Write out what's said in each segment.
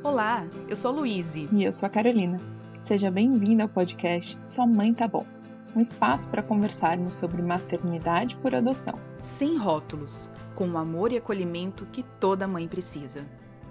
Olá, eu sou a Luíse. E eu sou a Carolina. Seja bem-vinda ao podcast Sua Mãe Tá Bom, um espaço para conversarmos sobre maternidade por adoção. Sem rótulos, com o amor e acolhimento que toda mãe precisa.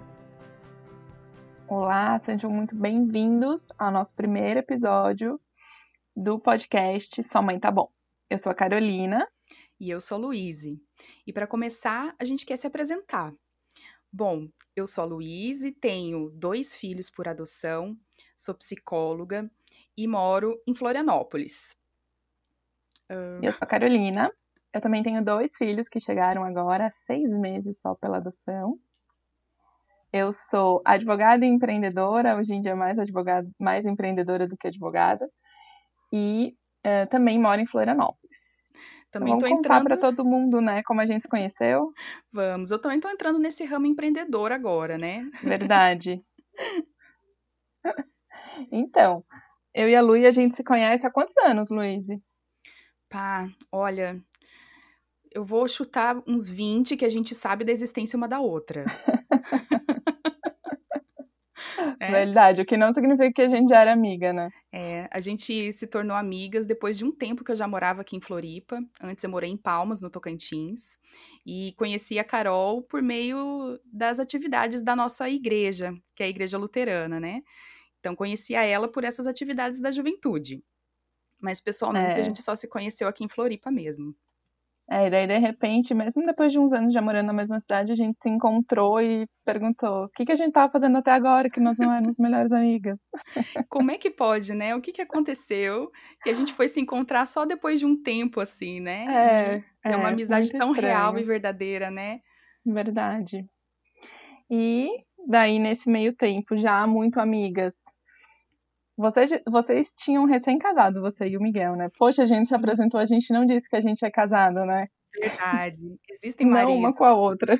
Olá, sejam muito bem-vindos ao nosso primeiro episódio do podcast Sua Mãe Tá Bom. Eu sou a Carolina. E eu sou a Luíse. E para começar, a gente quer se apresentar. Bom, eu sou a Luíse, tenho 2 filhos por adoção, sou psicóloga e moro em Florianópolis. E eu sou a Carolina. Eu também tenho 2 filhos que chegaram agora há 6 meses só pela adoção. Eu sou advogada e empreendedora, hoje em dia mais empreendedora do que advogada. E também moro em Florianópolis. Também Vamos tô contar para entrando... todo mundo, né, como a gente se conheceu. Vamos, eu também tô entrando nesse ramo empreendedor agora, né? Verdade. Então, eu e a Lu, a gente se conhece há quantos anos, Luíse? Pá, olha, eu vou chutar uns 20 que a gente sabe da existência uma da outra. É? Verdade, o que não significa que a gente já era amiga, né? A gente se tornou amigas depois de um tempo que eu já morava aqui em Floripa. Antes eu morei em Palmas, no Tocantins. E conheci a Carol por meio das atividades da nossa igreja, que é a Igreja Luterana, né? Então conhecia ela por essas atividades da juventude. Mas pessoalmente a É, gente só se conheceu aqui em Floripa mesmo. e daí de repente, mesmo depois de uns anos já morando na mesma cidade, a gente se encontrou e perguntou o que a gente tava fazendo até agora, que nós não éramos melhores amigas. Como é que pode, né? O que aconteceu? Que a gente foi se encontrar só depois de um tempo, assim, né? E é uma amizade Muito tão real e estranho, verdadeira, né? verdade. E daí, nesse meio tempo, já muito amigas, vocês tinham recém-casado, você e o Miguel, né? Poxa, a gente se apresentou, a gente não disse que a gente é casado, né? Verdade. Existem Não uma com maridos. a outra.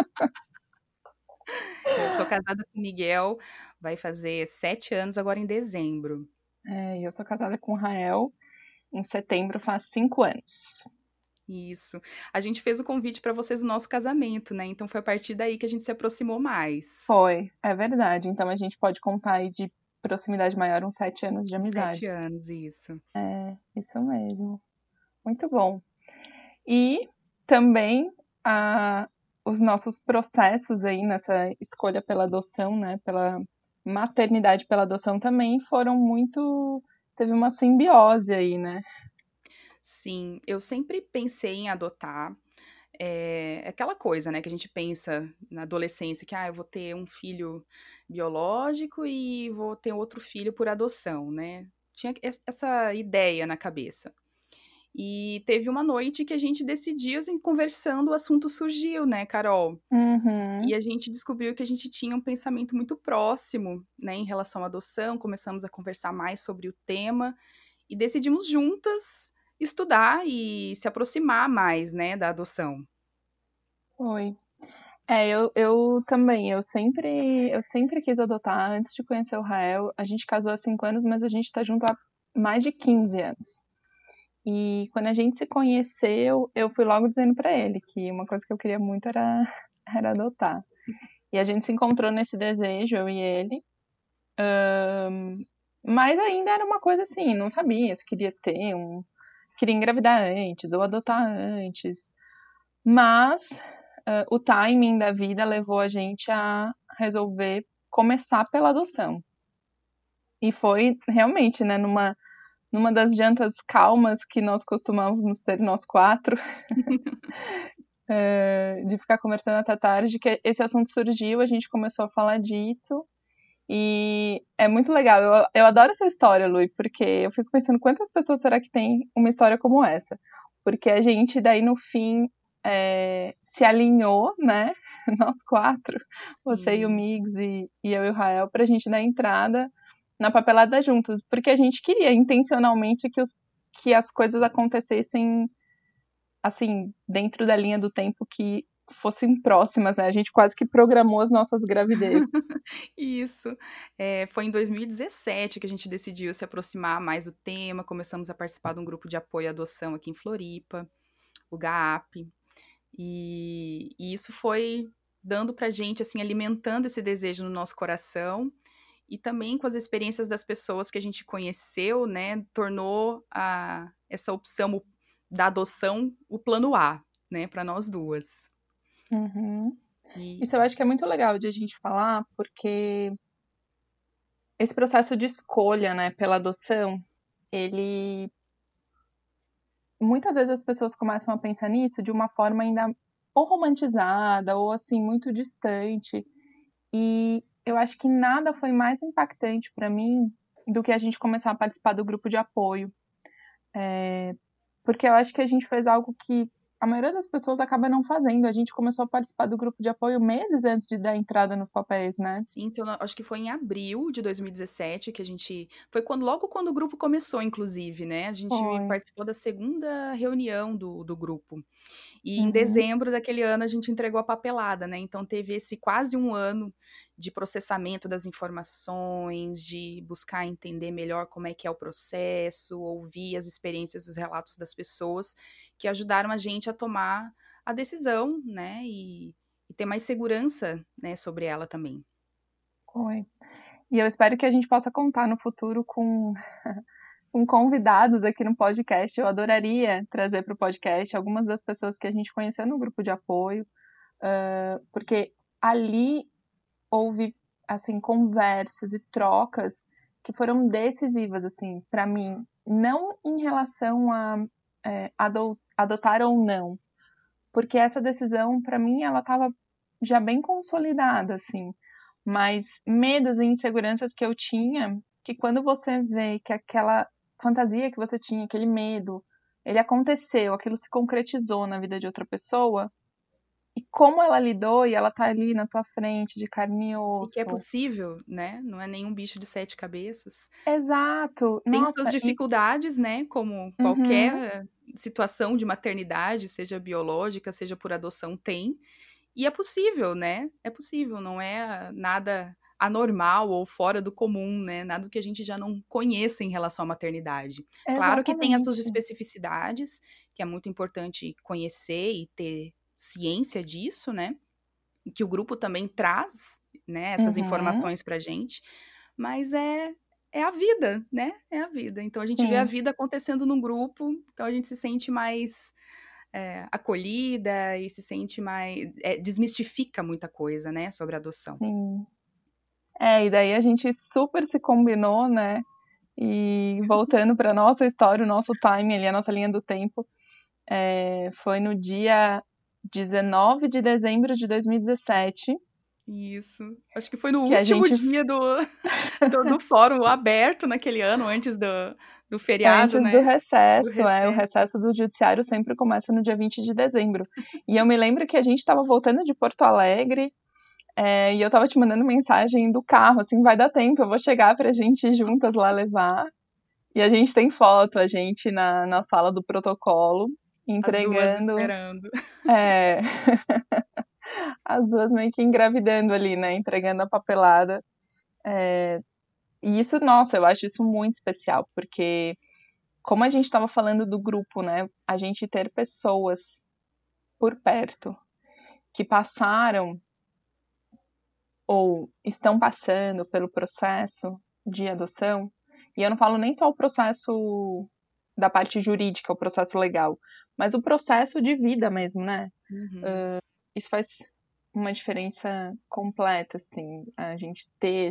Eu sou casada com o Miguel, vai fazer 7 anos agora em dezembro. Eu sou casada com o Rael, em setembro faz 5 anos. Isso. A gente fez o convite para vocês no nosso casamento, né? Então foi a partir daí que a gente se aproximou mais. Foi, é verdade. Então a gente pode contar aí de proximidade maior uns 7 anos de 7 amizade. anos, isso. É, isso mesmo. Muito bom. E também a, os nossos processos aí nessa escolha pela adoção, né? Pela maternidade pela adoção também foram muito. Teve uma simbiose aí, né? Sim, eu sempre pensei em adotar. É aquela coisa, né, que a gente pensa na adolescência, que eu vou ter um filho biológico e vou ter outro filho por adoção, né? Tinha essa ideia na cabeça. E teve uma noite que a gente decidiu, assim, conversando, o assunto surgiu, né, Carol? Uhum. E a gente descobriu que a gente tinha um pensamento muito próximo, né, em relação à adoção, começamos a conversar mais sobre o tema e decidimos juntas estudar e se aproximar mais, né, da adoção. Foi. Eu também, eu sempre quis adotar antes de conhecer o Rael. A gente casou há 5 anos, mas a gente tá junto há mais de 15 anos. E quando a gente se conheceu, eu fui logo dizendo pra ele que uma coisa que eu queria muito era adotar. E a gente se encontrou nesse desejo, eu e ele. Mas ainda era uma coisa assim, não sabia se queria queria engravidar antes ou adotar antes. Mas o timing da vida levou a gente a resolver começar pela adoção. E foi realmente, né, numa das jantas calmas que nós costumávamos ter nós 4, de ficar conversando até tarde, que esse assunto surgiu, a gente começou a falar disso. E é muito legal. Eu adoro essa história, Lui, porque eu fico pensando quantas pessoas será que tem uma história como essa? Porque a gente, daí no fim, se alinhou, né? Nós 4, você e o Sim. Migs e eu e o Rael, pra gente dar entrada na papelada juntos. Porque a gente queria intencionalmente que as coisas acontecessem, assim, dentro da linha do tempo que fossem próximas, né? A gente quase que programou as nossas gravidezes. Isso. Foi em 2017 que a gente decidiu se aproximar mais do tema, começamos a participar de um grupo de apoio à adoção aqui em Floripa, o GAAP, e isso foi dando pra gente, assim, alimentando esse desejo no nosso coração, e também com as experiências das pessoas que a gente conheceu, né, tornou essa opção da adoção o plano A, né, para nós duas. Uhum. E Isso eu acho que é muito legal de a gente falar, porque esse processo de escolha, né, pela adoção, ele muitas vezes as pessoas começam a pensar nisso de uma forma ainda ou romantizada ou assim muito distante. E eu acho que nada foi mais impactante para mim do que a gente começar a participar do grupo de apoio. Porque eu acho que a gente fez algo que a maioria das pessoas acaba não fazendo. A gente começou a participar do grupo de apoio meses antes de dar entrada nos papéis, né? sim, acho que foi em abril de 2017 que a gente. Foi logo quando o grupo começou, inclusive, né? A gente Foi. participou da segunda reunião do grupo. E em Uhum. dezembro daquele ano a gente entregou a papelada, né? Então teve esse quase um ano de processamento das informações, de buscar entender melhor como é que é o processo, ouvir as experiências, os relatos das pessoas, que ajudaram a gente a tomar a decisão, né? E ter mais segurança, né, sobre ela também. Foi. E eu espero que a gente possa contar no futuro com convidados aqui no podcast. Eu adoraria trazer para o podcast algumas das pessoas que a gente conheceu no grupo de apoio, porque ali houve assim conversas e trocas que foram decisivas assim para mim, não em relação a adotar ou não, porque essa decisão para mim ela estava já bem consolidada assim, mas medos e inseguranças que eu tinha, que quando você vê que aquela fantasia que você tinha, aquele medo, ele aconteceu, aquilo se concretizou na vida de outra pessoa, e como ela lidou e ela tá ali na tua frente, de carne e E que é osso. possível, né? Não é nenhum bicho de sete cabeças. Exato. Tem suas Nossa, e dificuldades, né, como uhum, qualquer situação de maternidade, seja biológica, seja por adoção, tem. E é possível, né? É possível, não é nada anormal ou fora do comum, né? Nada que a gente já não conheça em relação à maternidade. Claro que tem as suas exatamente. especificidades, que é muito importante conhecer e ter ciência disso, né? Que o grupo também traz, né, essas Uhum, informações pra gente, mas é a vida, né? É a vida. Então a gente vê a sim, vida acontecendo num grupo, então a gente se sente mais acolhida e se sente mais. Desmistifica muita coisa, né, sobre a adoção. sim. É, e daí a gente super se combinou, né? E voltando para nossa história, o nosso time ali, a nossa linha do tempo, foi no dia 19 de dezembro de 2017 Isso. Acho que foi no que a último gente, dia do fórum aberto naquele ano, antes do feriado, antes do né? Do recesso, o recesso. recesso do judiciário sempre começa no dia 20 de dezembro. E eu me lembro que a gente estava voltando de Porto Alegre, e eu estava te mandando mensagem do carro, assim, vai dar tempo, eu vou chegar pra gente ir juntas lá levar. E a gente tem foto, a gente na sala do protocolo, As duas entregando, esperando. é, as duas meio que engravidando ali, né? Entregando a papelada. E isso, nossa, eu acho isso muito especial, porque como a gente estava falando do grupo, né? A gente ter pessoas por perto que passaram ou estão passando pelo processo de adoção, e eu não falo nem só o processo da parte jurídica, o processo legal, mas o processo de vida mesmo, né? Uhum. Isso faz uma diferença completa, assim, a gente ter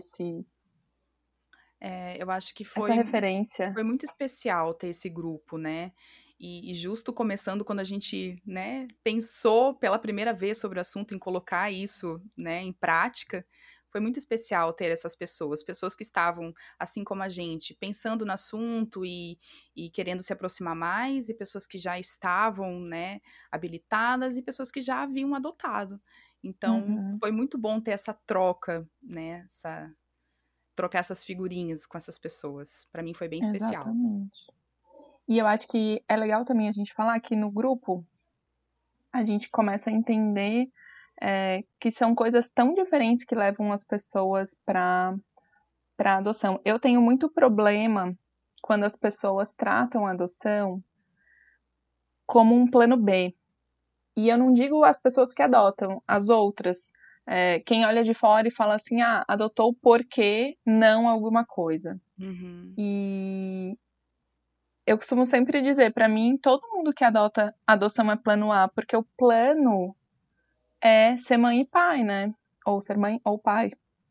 Eu acho que essa referência. foi muito especial ter esse grupo, né? E justo começando quando a gente, né, pensou pela primeira vez sobre o assunto em colocar isso, né, em prática, foi muito especial ter essas pessoas, pessoas que estavam, assim como a gente, pensando no assunto e querendo se aproximar mais, e pessoas que já estavam, né, habilitadas, e pessoas que já haviam adotado. Então, Uhum, foi muito bom ter essa troca, né, trocar essas figurinhas com essas pessoas. Pra mim foi bem especial. exatamente. E eu acho que é legal também a gente falar que no grupo a gente começa a entender que são coisas tão diferentes que levam as pessoas para adoção. Eu tenho muito problema quando as pessoas tratam a adoção como um plano B. E eu não digo as pessoas que adotam, as outras. Quem olha de fora e fala assim, adotou porque não alguma coisa. Uhum. E eu costumo sempre dizer, para mim, todo mundo que adota, adoção é plano A, porque o plano é ser mãe e pai, né? Ou ser mãe ou pai.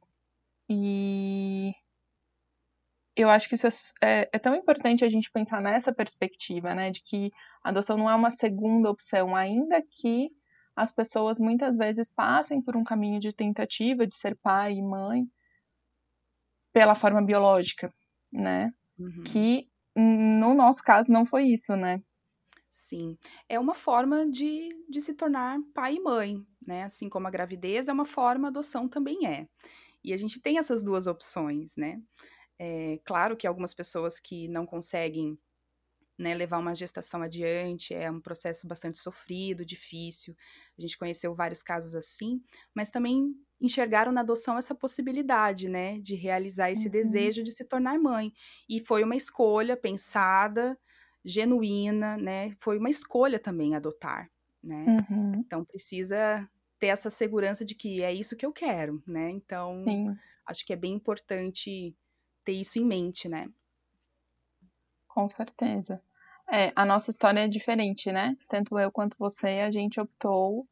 E eu acho que isso é tão importante a gente pensar nessa perspectiva, né? De que a adoção não é uma segunda opção, ainda que as pessoas muitas vezes passem por um caminho de tentativa de ser pai e mãe pela forma biológica, né? Uhum. Que no nosso caso não foi isso, né? Sim, é uma forma de se tornar pai e mãe, né? Assim como a gravidez é uma forma, a adoção também é. E a gente tem essas duas opções, né? É claro que algumas pessoas que não conseguem, né, levar uma gestação adiante é um processo bastante sofrido, difícil. A gente conheceu vários casos assim, mas também enxergaram na adoção essa possibilidade, né, de realizar esse Uhum, desejo de se tornar mãe. E foi uma escolha pensada, genuína, né? Foi uma escolha também adotar, né? uhum, Então precisa ter essa segurança de que é isso que eu quero, né? Então sim, acho que é bem importante ter isso em mente, né? com certeza. A nossa história é diferente, né? Tanto eu quanto você, a gente optou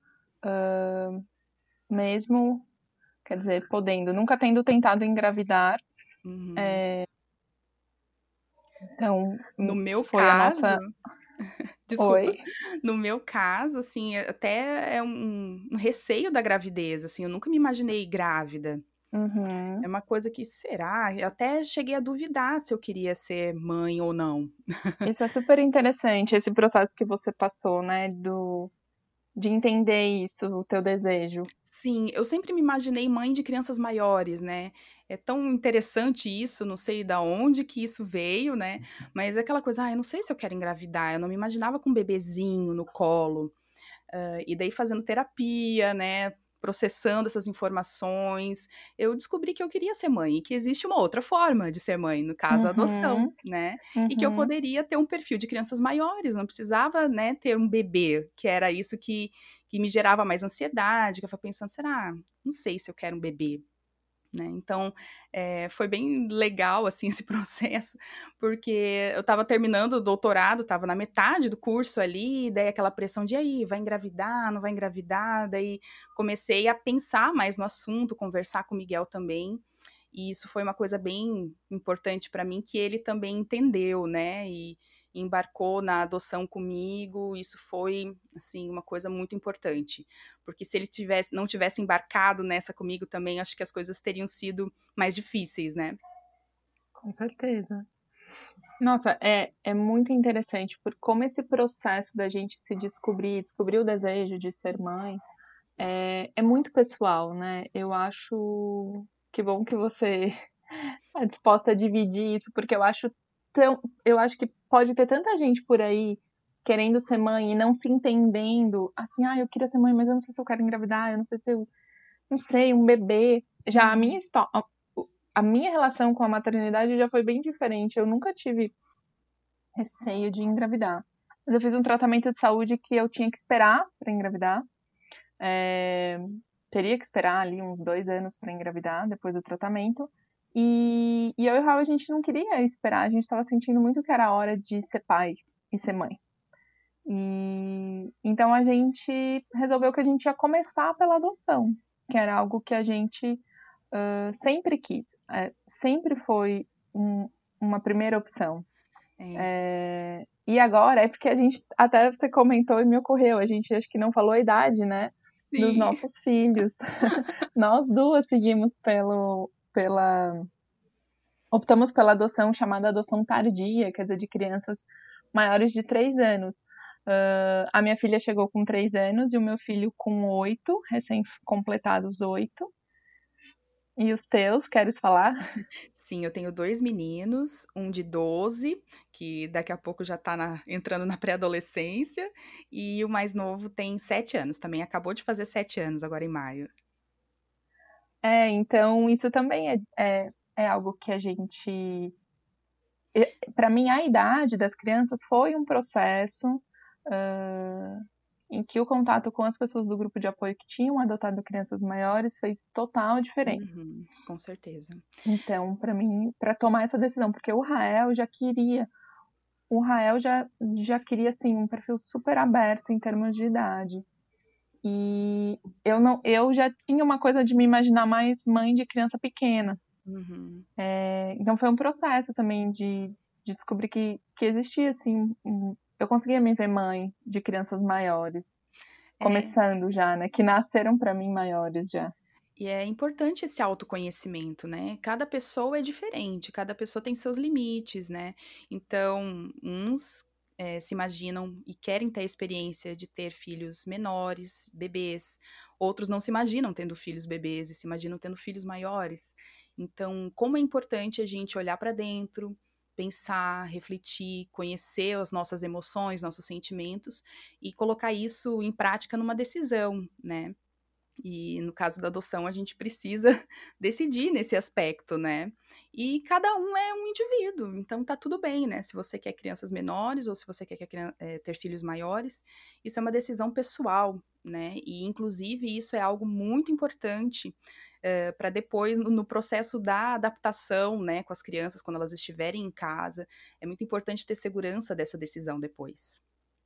mesmo, quer dizer, podendo, nunca tendo tentado engravidar. Uhum. Então, No meu foi a caso, nossa. desculpa, Oi? no meu caso, assim, até é um receio da gravidez, assim, eu nunca me imaginei grávida. É Uhum. uma coisa que, será? Eu até cheguei a duvidar se eu queria ser mãe ou não. Isso é super interessante, esse processo que você passou, né? De entender isso, o teu desejo. Sim, eu sempre me imaginei mãe de crianças maiores, né? É tão interessante isso, não sei da onde que isso veio, né? Mas é aquela coisa, eu não sei se eu quero engravidar, eu não me imaginava com um bebezinho no colo. E daí fazendo terapia, né? Processando essas informações, eu descobri que eu queria ser mãe e que existe uma outra forma de ser mãe, no caso, a adoção, Uhum, né? E que eu uhum. poderia ter um perfil de crianças maiores, não precisava, né, ter um bebê, que era isso que me gerava mais ansiedade, que eu estava pensando, será? Não sei se eu quero um bebê, né? Então, foi bem legal, assim, esse processo, porque eu estava terminando o doutorado, estava na metade do curso ali, daí aquela pressão de, aí, vai engravidar, não vai engravidar? Daí comecei a pensar mais no assunto, conversar com o Miguel também, e isso foi uma coisa bem importante para mim, que ele também entendeu, né? E embarcou na adoção comigo. Isso foi, assim, uma coisa muito importante. Porque se ele não tivesse embarcado nessa comigo também, acho que as coisas teriam sido mais difíceis, né? Com certeza. Nossa, é muito interessante por como esse processo da gente se descobrir o desejo de ser mãe, é muito pessoal, né? Eu acho que bom que você está disposta a dividir isso, porque eu acho que pode ter tanta gente por aí querendo ser mãe e não se entendendo, assim, eu queria ser mãe, mas eu não sei se eu quero engravidar, eu não sei se eu, não sei, um bebê. Já Uhum. a minha relação com a maternidade já foi bem diferente. Eu nunca tive receio de engravidar. Mas eu fiz um tratamento de saúde que eu tinha que esperar para engravidar. É, teria que esperar ali uns 2 anos para engravidar depois do tratamento. E eu e o Raul, a gente não queria esperar, a gente estava sentindo muito que era a hora de ser pai e ser mãe. E então a gente resolveu que a gente ia começar pela adoção, que era algo que a gente sempre quis, sempre foi uma primeira opção. É, E agora é porque a gente, até você comentou e me ocorreu, a gente acho que não falou a idade, né, dos sim. nossos filhos. Nós duas seguimos optamos pela adoção chamada adoção tardia, quer dizer, de crianças maiores de 3 anos. A minha filha chegou com 3 anos e o meu filho com 8, recém-completados 8. E os teus, queres falar? Sim, eu tenho dois meninos, um de 12, que daqui a pouco já tá entrando na pré-adolescência, e o mais novo tem 7 anos, também acabou de fazer 7 anos agora em maio. Então isso também é algo que a gente. Para mim, a idade das crianças foi um processo em que o contato com as pessoas do grupo de apoio que tinham adotado crianças maiores fez total diferença. Uhum, com certeza. Então, para mim, para tomar essa decisão, porque o Rael já queria assim um perfil super aberto em termos de idade. E eu já tinha uma coisa de me imaginar mais mãe de criança pequena. Uhum. Então foi um processo também de descobrir que existia assim, eu conseguia me ver mãe de crianças maiores, É, começando já, né, que nasceram para mim maiores já. e é importante esse autoconhecimento, né? Cada pessoa é diferente, cada pessoa tem seus limites, né? Então, uns se imaginam e querem ter a experiência de ter filhos menores, bebês. Outros não se imaginam tendo filhos bebês e se imaginam tendo filhos maiores. Então, como é importante a gente olhar para dentro, pensar, refletir, conhecer as nossas emoções, nossos sentimentos e colocar isso em prática numa decisão, né? E no caso da adoção, a gente precisa decidir nesse aspecto, né? E cada um é um indivíduo, então tá tudo bem, né? Se você quer crianças menores ou se você quer ter filhos maiores, isso é uma decisão pessoal, né? E inclusive isso é algo muito importante para depois, no processo da adaptação, né, com as crianças, quando elas estiverem em casa, é muito importante ter segurança dessa decisão depois.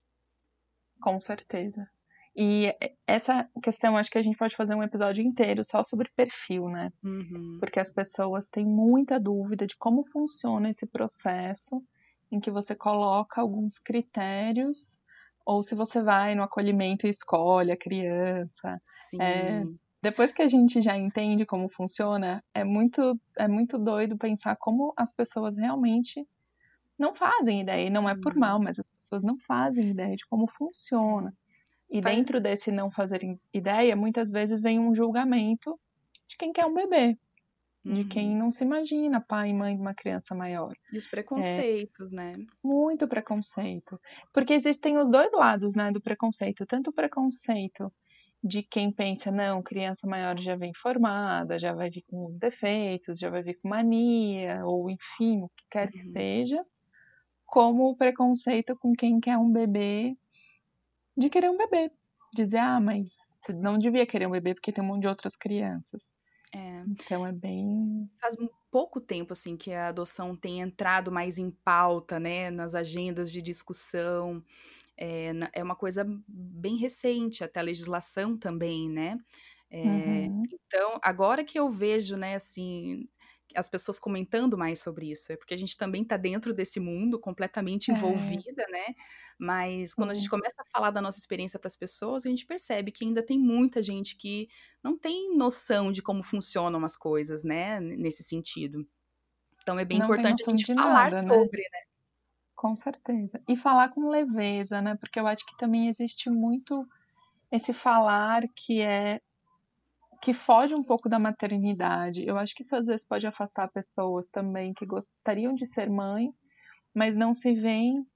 Com certeza. E essa questão, acho que a gente pode fazer um episódio inteiro só sobre perfil, né? Uhum, Porque as pessoas têm muita dúvida de como funciona esse processo em que você coloca alguns critérios, ou se você vai no acolhimento e escolhe a criança. É, sim. depois que a gente já entende como funciona, é muito doido pensar como as pessoas realmente não fazem ideia, e não é por Não. mal, mas as pessoas não fazem ideia de como É. funciona. E Faz- dentro desse não fazer ideia, muitas vezes vem um julgamento de quem quer um bebê, de quem Uhum. não se imagina pai e mãe de uma criança maior. E os É preconceitos, né. muito preconceito. Porque existem os dois lados, né, do preconceito. Tanto o preconceito de quem pensa, não, criança maior já vem formada, já vai vir com os defeitos, já vai vir com mania, ou enfim, o que quer que Uhum. seja, como o preconceito com quem quer um bebê, de querer um bebê. Dizer, ah, mas você não devia querer um bebê porque tem um monte de outras crianças. É. Então é bem. Faz pouco tempo, assim, que a adoção tem entrado mais em pauta, né, nas agendas de discussão. É uma coisa bem recente, até a legislação também, né. Uhum. Então, agora que eu vejo, né, assim, as pessoas comentando mais sobre isso, é porque a gente também está dentro desse mundo, completamente É, envolvida, né, mas quando a gente sim. começa a falar da nossa experiência para as pessoas, a gente percebe que ainda tem muita gente que não tem noção de como funcionam as coisas, né, nesse sentido. Então é bem Não tem importante a noção gente de falar nada, né? sobre, né. Com certeza. E falar com leveza, né? Porque eu acho que também existe muito esse falar que foge um pouco da maternidade. Eu acho que isso às vezes pode afastar pessoas também que gostariam de ser mãe, mas não se veem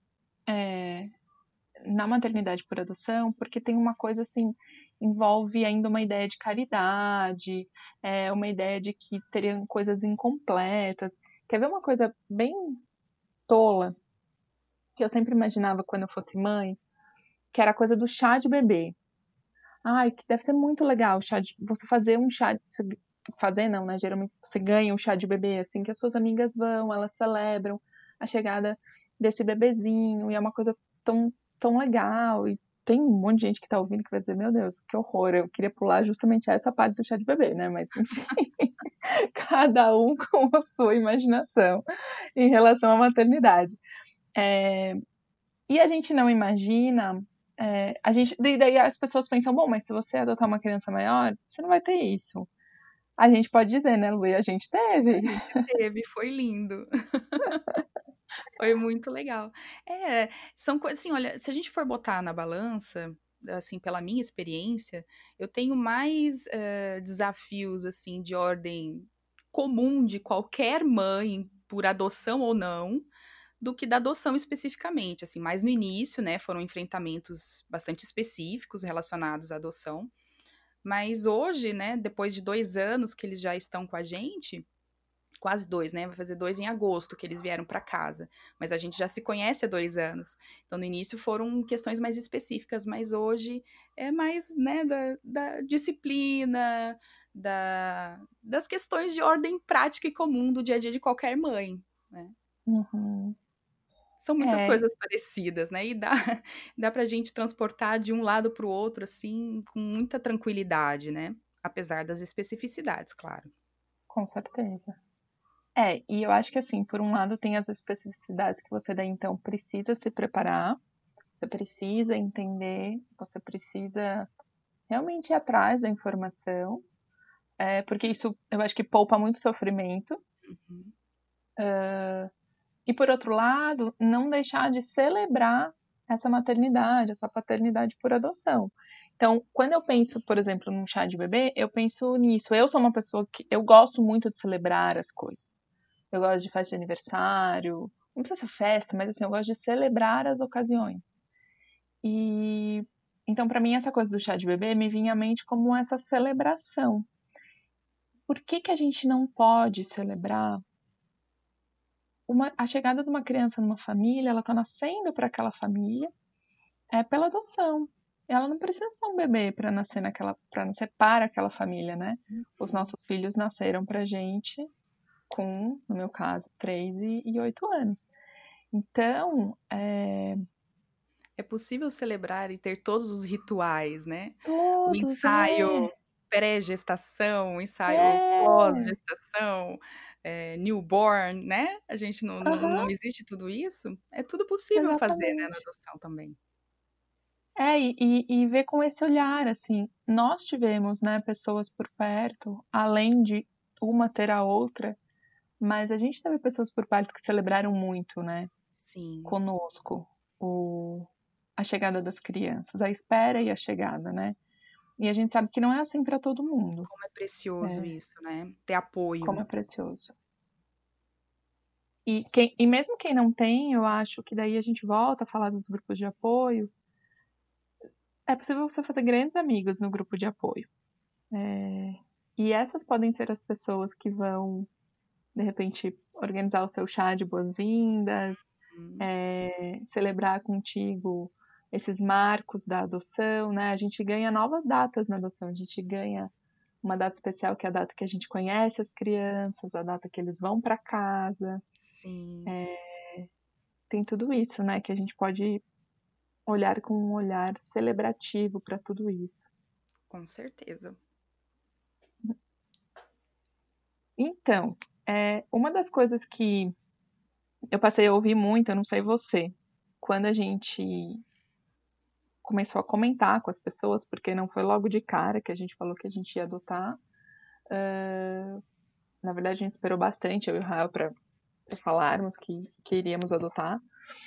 na maternidade por adoção, porque tem uma coisa assim, envolve ainda uma ideia de caridade, uma ideia de que teriam coisas incompletas. Quer ver uma coisa bem tola que eu sempre imaginava quando eu fosse mãe? Que era a coisa do chá de bebê. Ai, que deve ser muito legal você fazer um chá, fazer não, né? Geralmente você ganha um chá de bebê assim que as suas amigas vão, elas celebram a chegada desse bebezinho e é uma coisa tão tão legal e tem um monte de gente que tá ouvindo que vai dizer, meu Deus, que horror, eu queria pular justamente essa parte do chá de bebê, né? Mas enfim, cada um com a sua imaginação em relação à maternidade. É, e a gente não imagina, daí as pessoas pensam, bom, mas se você adotar uma criança maior, você não vai ter isso. A gente pode dizer, né, Lu, a gente A teve. gente teve, foi lindo. Foi muito legal. São coisas assim, olha, se a gente for botar na balança, assim, pela minha experiência, eu tenho mais, desafios, assim, de ordem comum de qualquer mãe, por adoção ou não, do que da adoção especificamente, assim, mais no início, né, foram enfrentamentos bastante específicos relacionados à adoção, mas hoje, né, depois de 2 anos que eles já estão com a gente, quase 2, né? Vai fazer 2 em agosto que eles vieram para casa. Mas a gente já se conhece há 2 anos. Então, no início foram questões mais específicas, mas hoje é mais, né, da disciplina, das questões de ordem prática e comum do dia a dia de qualquer mãe, né? Uhum. São muitas É, coisas parecidas, né? E dá pra gente transportar de um lado para o outro, assim, com muita tranquilidade, né? Apesar das especificidades, claro. com certeza. E eu acho que assim, por um lado tem as especificidades que você daí então precisa se preparar, você precisa entender, você precisa realmente ir atrás da informação, porque isso eu acho que poupa muito sofrimento. Uhum. E por outro lado, não deixar de celebrar essa maternidade, essa paternidade por adoção. Então, quando eu penso, por exemplo, num chá de bebê, eu penso nisso. Eu sou uma pessoa que eu gosto muito de celebrar as coisas. Eu gosto de festa de aniversário, não precisa ser festa, mas assim, eu gosto de celebrar as ocasiões. E então, para mim, essa coisa do chá de bebê me vinha à mente como essa celebração. Por que que a gente não pode celebrar a chegada de uma criança numa família? Ela está nascendo para aquela família, é pela adoção. Ela não precisa ser um bebê para nascer para nascer para aquela família, né? Os Uhum. nossos filhos nasceram pra gente com, no meu caso, 3 e 8 anos. Então, É possível celebrar e ter todos os rituais, né? O todos, ensaio pré-gestação, o ensaio é, pós-gestação, newborn, né? A gente não aham, existe tudo isso? É tudo possível fazer, né, na exatamente. adoção também. E ver com esse olhar, assim, nós tivemos, né, pessoas por perto, além de uma ter a outra, mas a gente teve pessoas por perto que celebraram muito, né, Sim, conosco, o a chegada das crianças, a espera e a chegada, né. E a gente sabe que não é assim para todo mundo, como é precioso é, isso, né? Ter apoio. como é precioso. E mesmo quem não tem, eu acho que daí a gente volta a falar dos grupos de apoio, é possível você fazer grandes amigos no grupo de apoio. E essas podem ser as pessoas que vão, de repente, organizar o seu chá de boas-vindas, Hum, celebrar contigo esses marcos da adoção, né? A gente ganha novas datas na adoção, a gente ganha uma data especial que é a data que a gente conhece as crianças, a data que eles vão para casa. sim, Tem tudo isso, né? Que a gente pode olhar com um olhar celebrativo para tudo isso. com certeza. Então, uma das coisas que eu passei a ouvir muito, eu não sei você, quando a gente começou a comentar com as pessoas, porque não foi logo de cara que a gente falou que a gente ia adotar. Na verdade, a gente esperou bastante, eu e o Rael, para falarmos que iríamos adotar.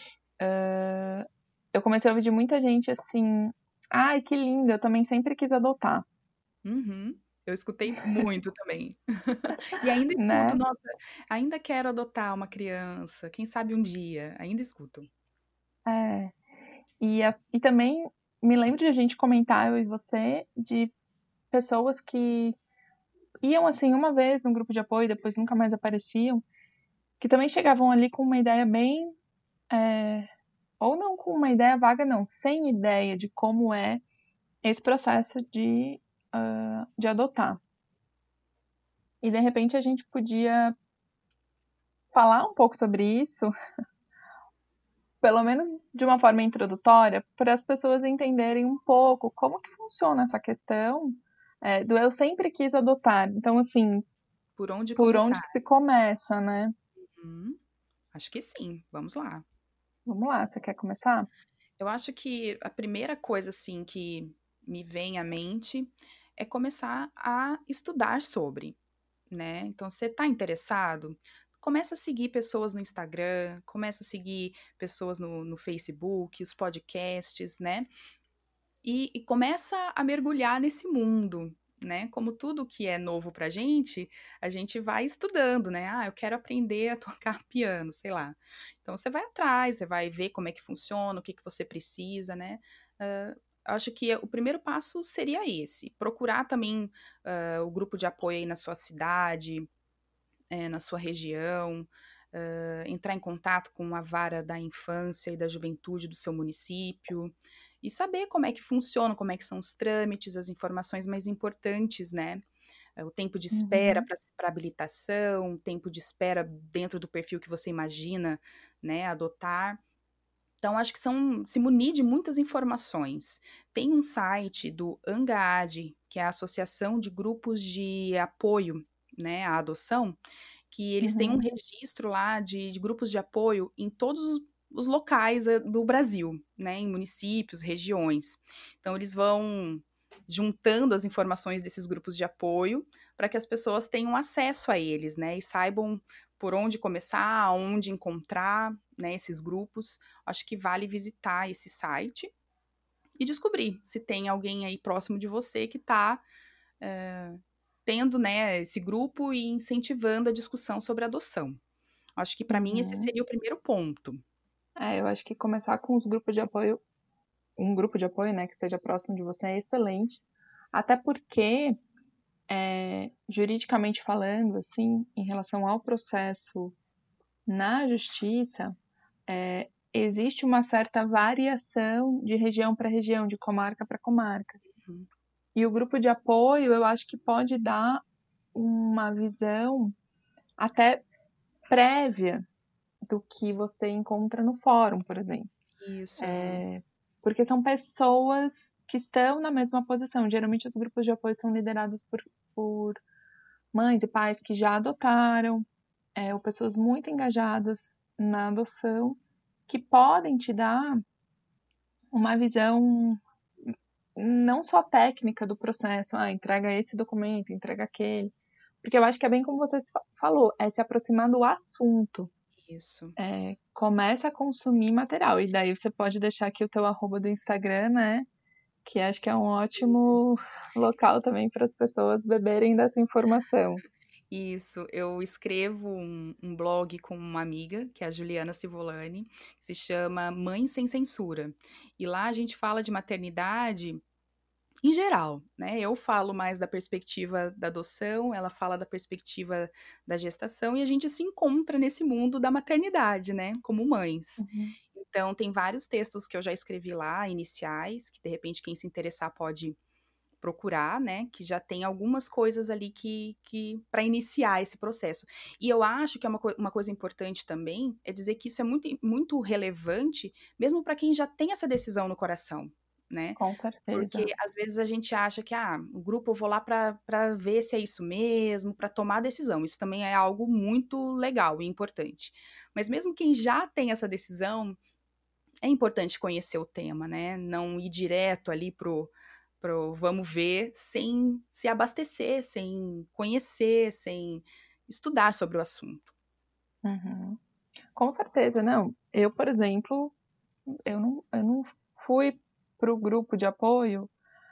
Eu comecei a ouvir de muita gente assim: ai, que lindo, eu também sempre quis adotar, Uhum. Eu escutei muito também. E ainda escuto, né? nossa, ainda quero adotar uma criança, quem sabe um dia, ainda escuto. É. E também me lembro de a gente comentar, eu e você, de pessoas que iam assim uma vez num grupo de apoio, depois nunca mais apareciam, que também chegavam ali com uma ideia bem. é, ou não com uma ideia vaga, não, sem ideia de como é esse processo de adotar. E de repente a gente podia falar um pouco sobre isso, pelo menos de uma forma introdutória, para as pessoas entenderem um pouco como que funciona essa questão do eu sempre quis adotar. Então, assim, Por onde por começar? onde que se começa, né? Uhum. Acho que sim, vamos lá. Vamos lá, você quer começar? Eu acho que a primeira coisa, assim, que me vem à mente é começar a estudar sobre, né? Então, você está interessado? Começa a seguir pessoas no Instagram, começa a seguir pessoas no Facebook, os podcasts, né? E começa a mergulhar nesse mundo, né? Como tudo que é novo pra gente, a gente vai estudando, né? Ah, eu quero aprender a tocar piano, sei lá. Então você vai atrás, você vai ver como é que funciona, o que que você precisa, né? Acho que o primeiro passo seria esse. Procurar também o grupo de apoio aí na sua cidade, na sua região, entrar em contato com a vara da infância e da juventude do seu município e saber como é que funciona, como é que são os trâmites, as informações mais importantes, né? O tempo de espera Uhum. para habilitação, o tempo de espera dentro do perfil que você imagina, né, adotar. Então, acho que se munir de muitas informações. Tem um site do ANGAAD, que é a Associação de Grupos de Apoio, né, à Adoção, que eles têm um Uhum. registro lá de grupos de apoio em todos os locais do Brasil, né, em municípios, regiões. Então, eles vão juntando as informações desses grupos de apoio para que as pessoas tenham acesso a eles, né, e saibam por onde começar, onde encontrar, né, esses grupos. Acho que vale visitar esse site e descobrir se tem alguém aí próximo de você que está tendo, né, esse grupo e incentivando a discussão sobre adoção. Acho que para mim esse Uhum. seria o primeiro ponto. Eu acho que começar com os grupos de apoio, um grupo de apoio, né, que esteja próximo de você é excelente. Até porque, juridicamente falando, assim, em relação ao processo na justiça, existe uma certa variação de região para região, de comarca para comarca. Uhum. E o grupo de apoio, eu acho que pode dar uma visão até prévia do que você encontra no fórum, por exemplo. Isso, aham. Porque são pessoas que estão na mesma posição. Geralmente os grupos de apoio são liderados por mães e pais que já adotaram, ou pessoas muito engajadas na adoção, que podem te dar uma visão não só técnica do processo, entrega esse documento, entrega aquele. Porque eu acho que é bem como você falou, é se aproximar do assunto. Isso. Começa a consumir material. E daí você pode deixar aqui o teu arroba do Instagram, né? Que acho que é um ótimo local também para as pessoas beberem dessa informação. Isso, eu escrevo um blog com uma amiga, que é a Juliana Civolani, que se chama Mãe Sem Censura. E lá a gente fala de maternidade em geral, né? Eu falo mais da perspectiva da adoção, ela fala da perspectiva da gestação, e a gente se encontra nesse mundo da maternidade, né? Como mães. Uhum. Então, tem vários textos que eu já escrevi lá, iniciais, que de repente quem se interessar pode procurar, né? Que já tem algumas coisas ali que para iniciar esse processo. E eu acho que é uma coisa importante também é dizer que isso é muito, muito relevante, mesmo para quem já tem essa decisão no coração, né? Com certeza. Porque às vezes a gente acha que, o grupo eu vou lá para ver se é isso mesmo, para tomar a decisão. Isso também é algo muito legal e importante. Mas mesmo quem já tem essa decisão, é importante conhecer o tema, né? Não ir direto ali pro vamos ver, sem se abastecer, sem conhecer, sem estudar sobre o assunto. Uhum. Com certeza, não. Eu, por exemplo, eu não fui para o grupo de apoio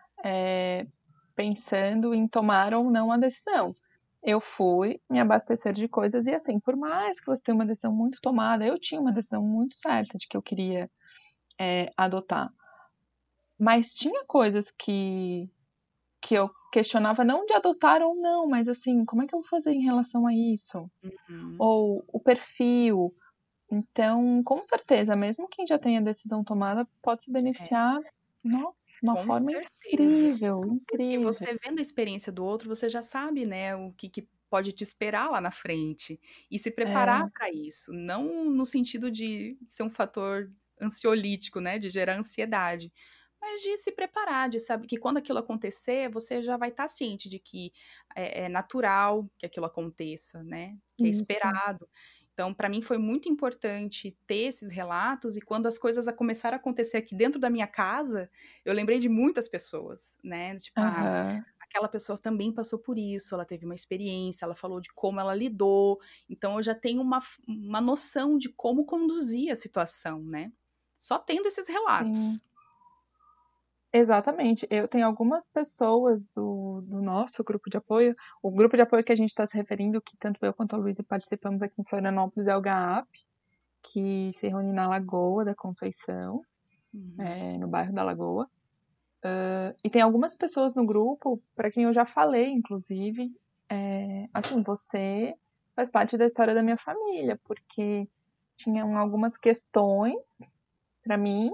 pensando em tomar ou não a decisão. Eu fui me abastecer de coisas e assim, por mais que você tenha uma decisão muito tomada, eu tinha uma decisão muito certa de que eu queria adotar. Mas tinha coisas que eu questionava não de adotar ou não, mas assim, como é que eu vou fazer em relação a isso? Uhum. Ou o perfil. Então, com certeza, mesmo quem já tem a decisão tomada pode se É, beneficiar, nossa, de uma com forma certeza. incrível, Porque incrível. você vendo a experiência do outro, você já sabe, né, o que pode te esperar lá na frente. E se preparar É, para isso. Não no sentido de ser um fator ansiolítico, né, de gerar ansiedade. Mas de se preparar, de saber que quando aquilo acontecer, você já vai estar ciente de que é natural que aquilo aconteça, né? Que é isso. esperado. Então, para mim foi muito importante ter esses relatos e quando as coisas começaram a acontecer aqui dentro da minha casa, eu lembrei de muitas pessoas, né? Tipo, Aham, aquela pessoa também passou por isso, ela teve uma experiência, ela falou de como ela lidou, então eu já tenho uma noção de como conduzir a situação, né? Só tendo esses sim. relatos. Exatamente. Eu tenho algumas pessoas do nosso grupo de apoio, o grupo de apoio que a gente está se referindo, que tanto eu quanto a Luísa participamos aqui em Florianópolis, é o GAAP, que se reúne na Lagoa da Conceição, Uhum. no bairro da Lagoa. E tem algumas pessoas no grupo para quem eu já falei, inclusive, assim, você faz parte da história da minha família, porque tinham algumas questões para mim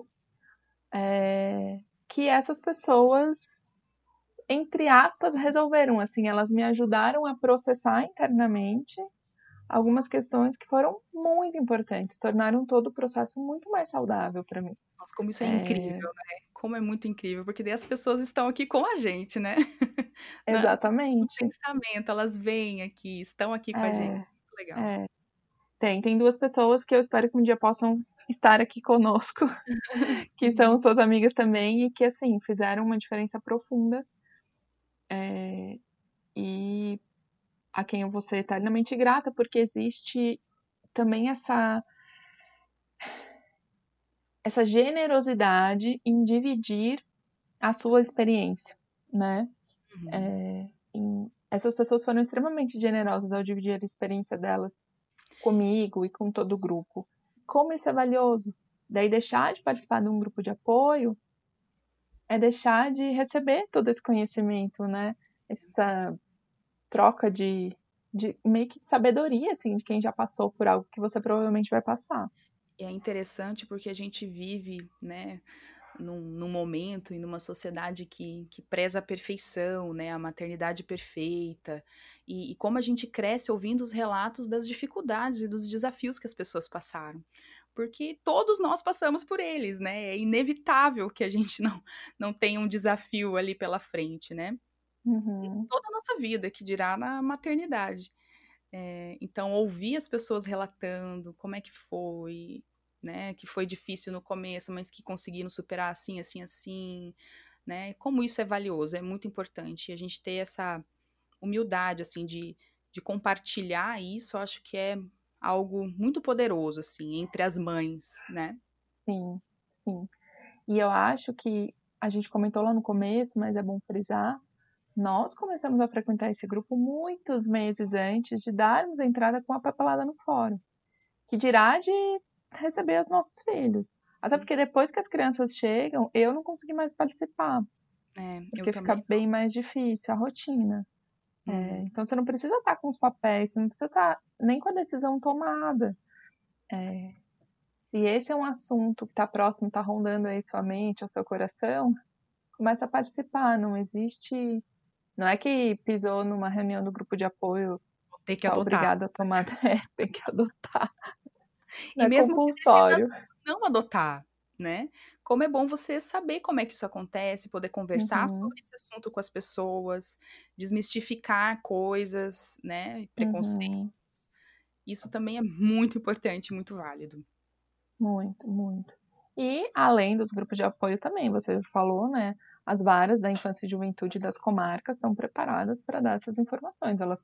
que essas pessoas, entre aspas, resolveram, assim, elas me ajudaram a processar internamente algumas questões que foram muito importantes, tornaram todo o processo muito mais saudável para mim. Nossa, como isso é incrível, né? Como é muito incrível, porque daí as pessoas estão aqui com a gente, né? No Exatamente. pensamento, elas vêm aqui, estão aqui com a gente. É, Muito legal. é. Tem duas pessoas que eu espero que um dia possam estar aqui conosco, que são Sim. suas amigas também, e que, assim, fizeram uma diferença profunda, e a quem eu vou ser eternamente grata, porque existe também essa generosidade em dividir a sua experiência, né? Uhum. Essas pessoas foram extremamente generosas ao dividir a experiência delas comigo e com todo o grupo. Como isso é valioso? Daí deixar de participar de um grupo de apoio é deixar de receber todo esse conhecimento, né? Essa troca de meio que sabedoria, assim, de quem já passou por algo que você provavelmente vai passar. E é interessante porque a gente vive, né, num momento e numa sociedade que preza a perfeição, né, a maternidade perfeita, e como a gente cresce ouvindo os relatos das dificuldades e dos desafios que as pessoas passaram. Porque todos nós passamos por eles, né? É inevitável que a gente não tenha um desafio ali pela frente, né? Uhum, Toda a nossa vida, que dirá na maternidade. Então, ouvir as pessoas relatando como é que foi, né? Que foi difícil no começo, mas que conseguiram superar assim, assim, assim, né? Como isso é valioso, é muito importante. E a gente ter essa humildade, assim, de compartilhar isso, eu acho que é algo muito poderoso, assim, entre as mães, né? sim, sim. E eu acho que a gente comentou lá no começo, mas é bom frisar, nós começamos a frequentar esse grupo muitos meses antes de darmos entrada com a papelada no fórum, que dirá de receber os nossos filhos. Até porque depois que as crianças chegam, eu não consegui mais participar, Eu porque fica também bem mais difícil a rotina. não. Uhum. Então você não precisa estar com os papéis, você não precisa estar nem com a decisão tomada. Se esse é um assunto que está próximo, está rondando aí sua mente ou seu coração, começa a participar. Não existe. Não é que pisou numa reunião do grupo de apoio, Vou ter que tá adotar. obrigado a tomar. É, tem que adotar. E Não é mesmo que decida compulsório. não adotar, né? Como é bom você saber como é que isso acontece, poder conversar Uhum, sobre esse assunto com as pessoas, desmistificar coisas, né? Preconceitos. uhum. Isso também é muito importante, muito válido. Muito, muito. E além dos grupos de apoio também, você falou, né? As varas da infância e juventude das comarcas estão preparadas para dar essas informações. Elas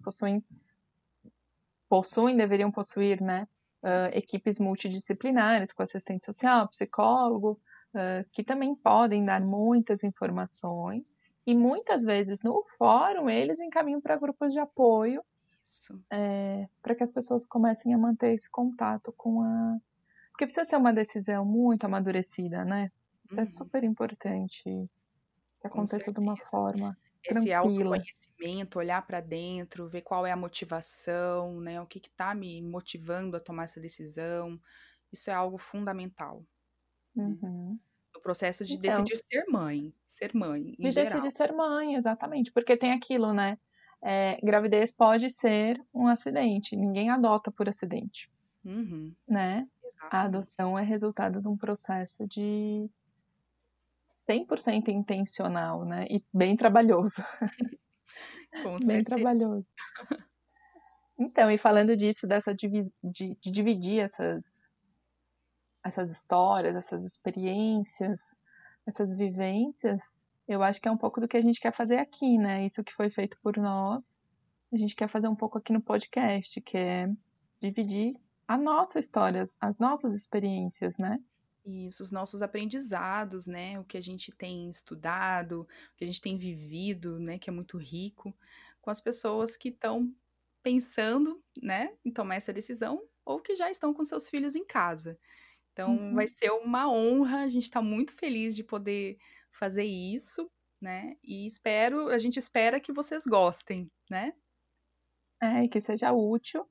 deveriam possuir, né? Equipes multidisciplinares com assistente social, psicólogo, que também podem dar muitas informações. E muitas vezes no fórum eles encaminham para grupos de apoio Isso. para que as pessoas comecem a manter esse contato com a. Porque precisa ser uma decisão muito amadurecida, né? Isso é Uhum, super importante que com aconteça de uma certeza. forma Esse tranquila. autoconhecimento, olhar para dentro, ver qual é a motivação, né? O que está me motivando a tomar essa decisão. Isso é algo fundamental, né? Uhum. No processo de Então, decidir ser mãe, em de decidir geral. ser mãe, exatamente, porque tem aquilo, né? Gravidez pode ser um acidente, ninguém adota por acidente, Uhum, né? A exatamente. adoção é resultado de um processo de 100% intencional, né? E bem trabalhoso, Com bem certeza. trabalhoso. Então, e falando disso, de dividir essas histórias, essas experiências, essas vivências, eu acho que é um pouco do que a gente quer fazer aqui, né? Isso que foi feito por nós, a gente quer fazer um pouco aqui no podcast, que é dividir a nossa história, as nossas experiências, né? Isso, os nossos aprendizados, né? O que a gente tem estudado, o que a gente tem vivido, né? Que é muito rico, com as pessoas que estão pensando, né? Em tomar essa decisão ou que já estão com seus filhos em casa. Então, vai Uhum. ser uma honra, a gente está muito feliz de poder fazer isso, né? E a gente espera que vocês gostem, né? E que seja útil.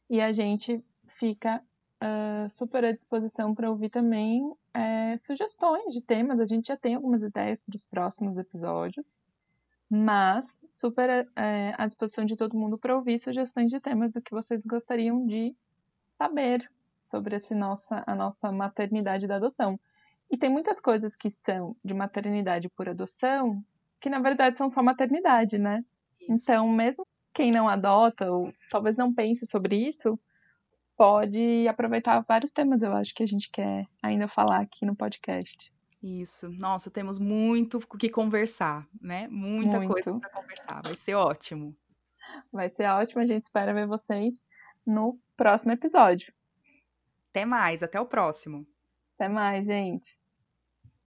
E a gente fica super à disposição para ouvir também sugestões de temas. A gente já tem algumas ideias para os próximos episódios, mas super à disposição de todo mundo para ouvir sugestões de temas do que vocês gostariam de saber sobre a nossa maternidade da adoção. E tem muitas coisas que são de maternidade por adoção que na verdade são só maternidade, né? Isso. Então, mesmo quem não adota ou talvez não pense sobre isso, pode aproveitar vários temas, eu acho que a gente quer ainda falar aqui no podcast. Isso. Nossa, temos muito o que conversar, né? Muita coisa Muito. para conversar. Vai ser ótimo. Vai ser ótimo, a gente espera ver vocês no próximo episódio. Até mais, até o próximo. Até mais, gente.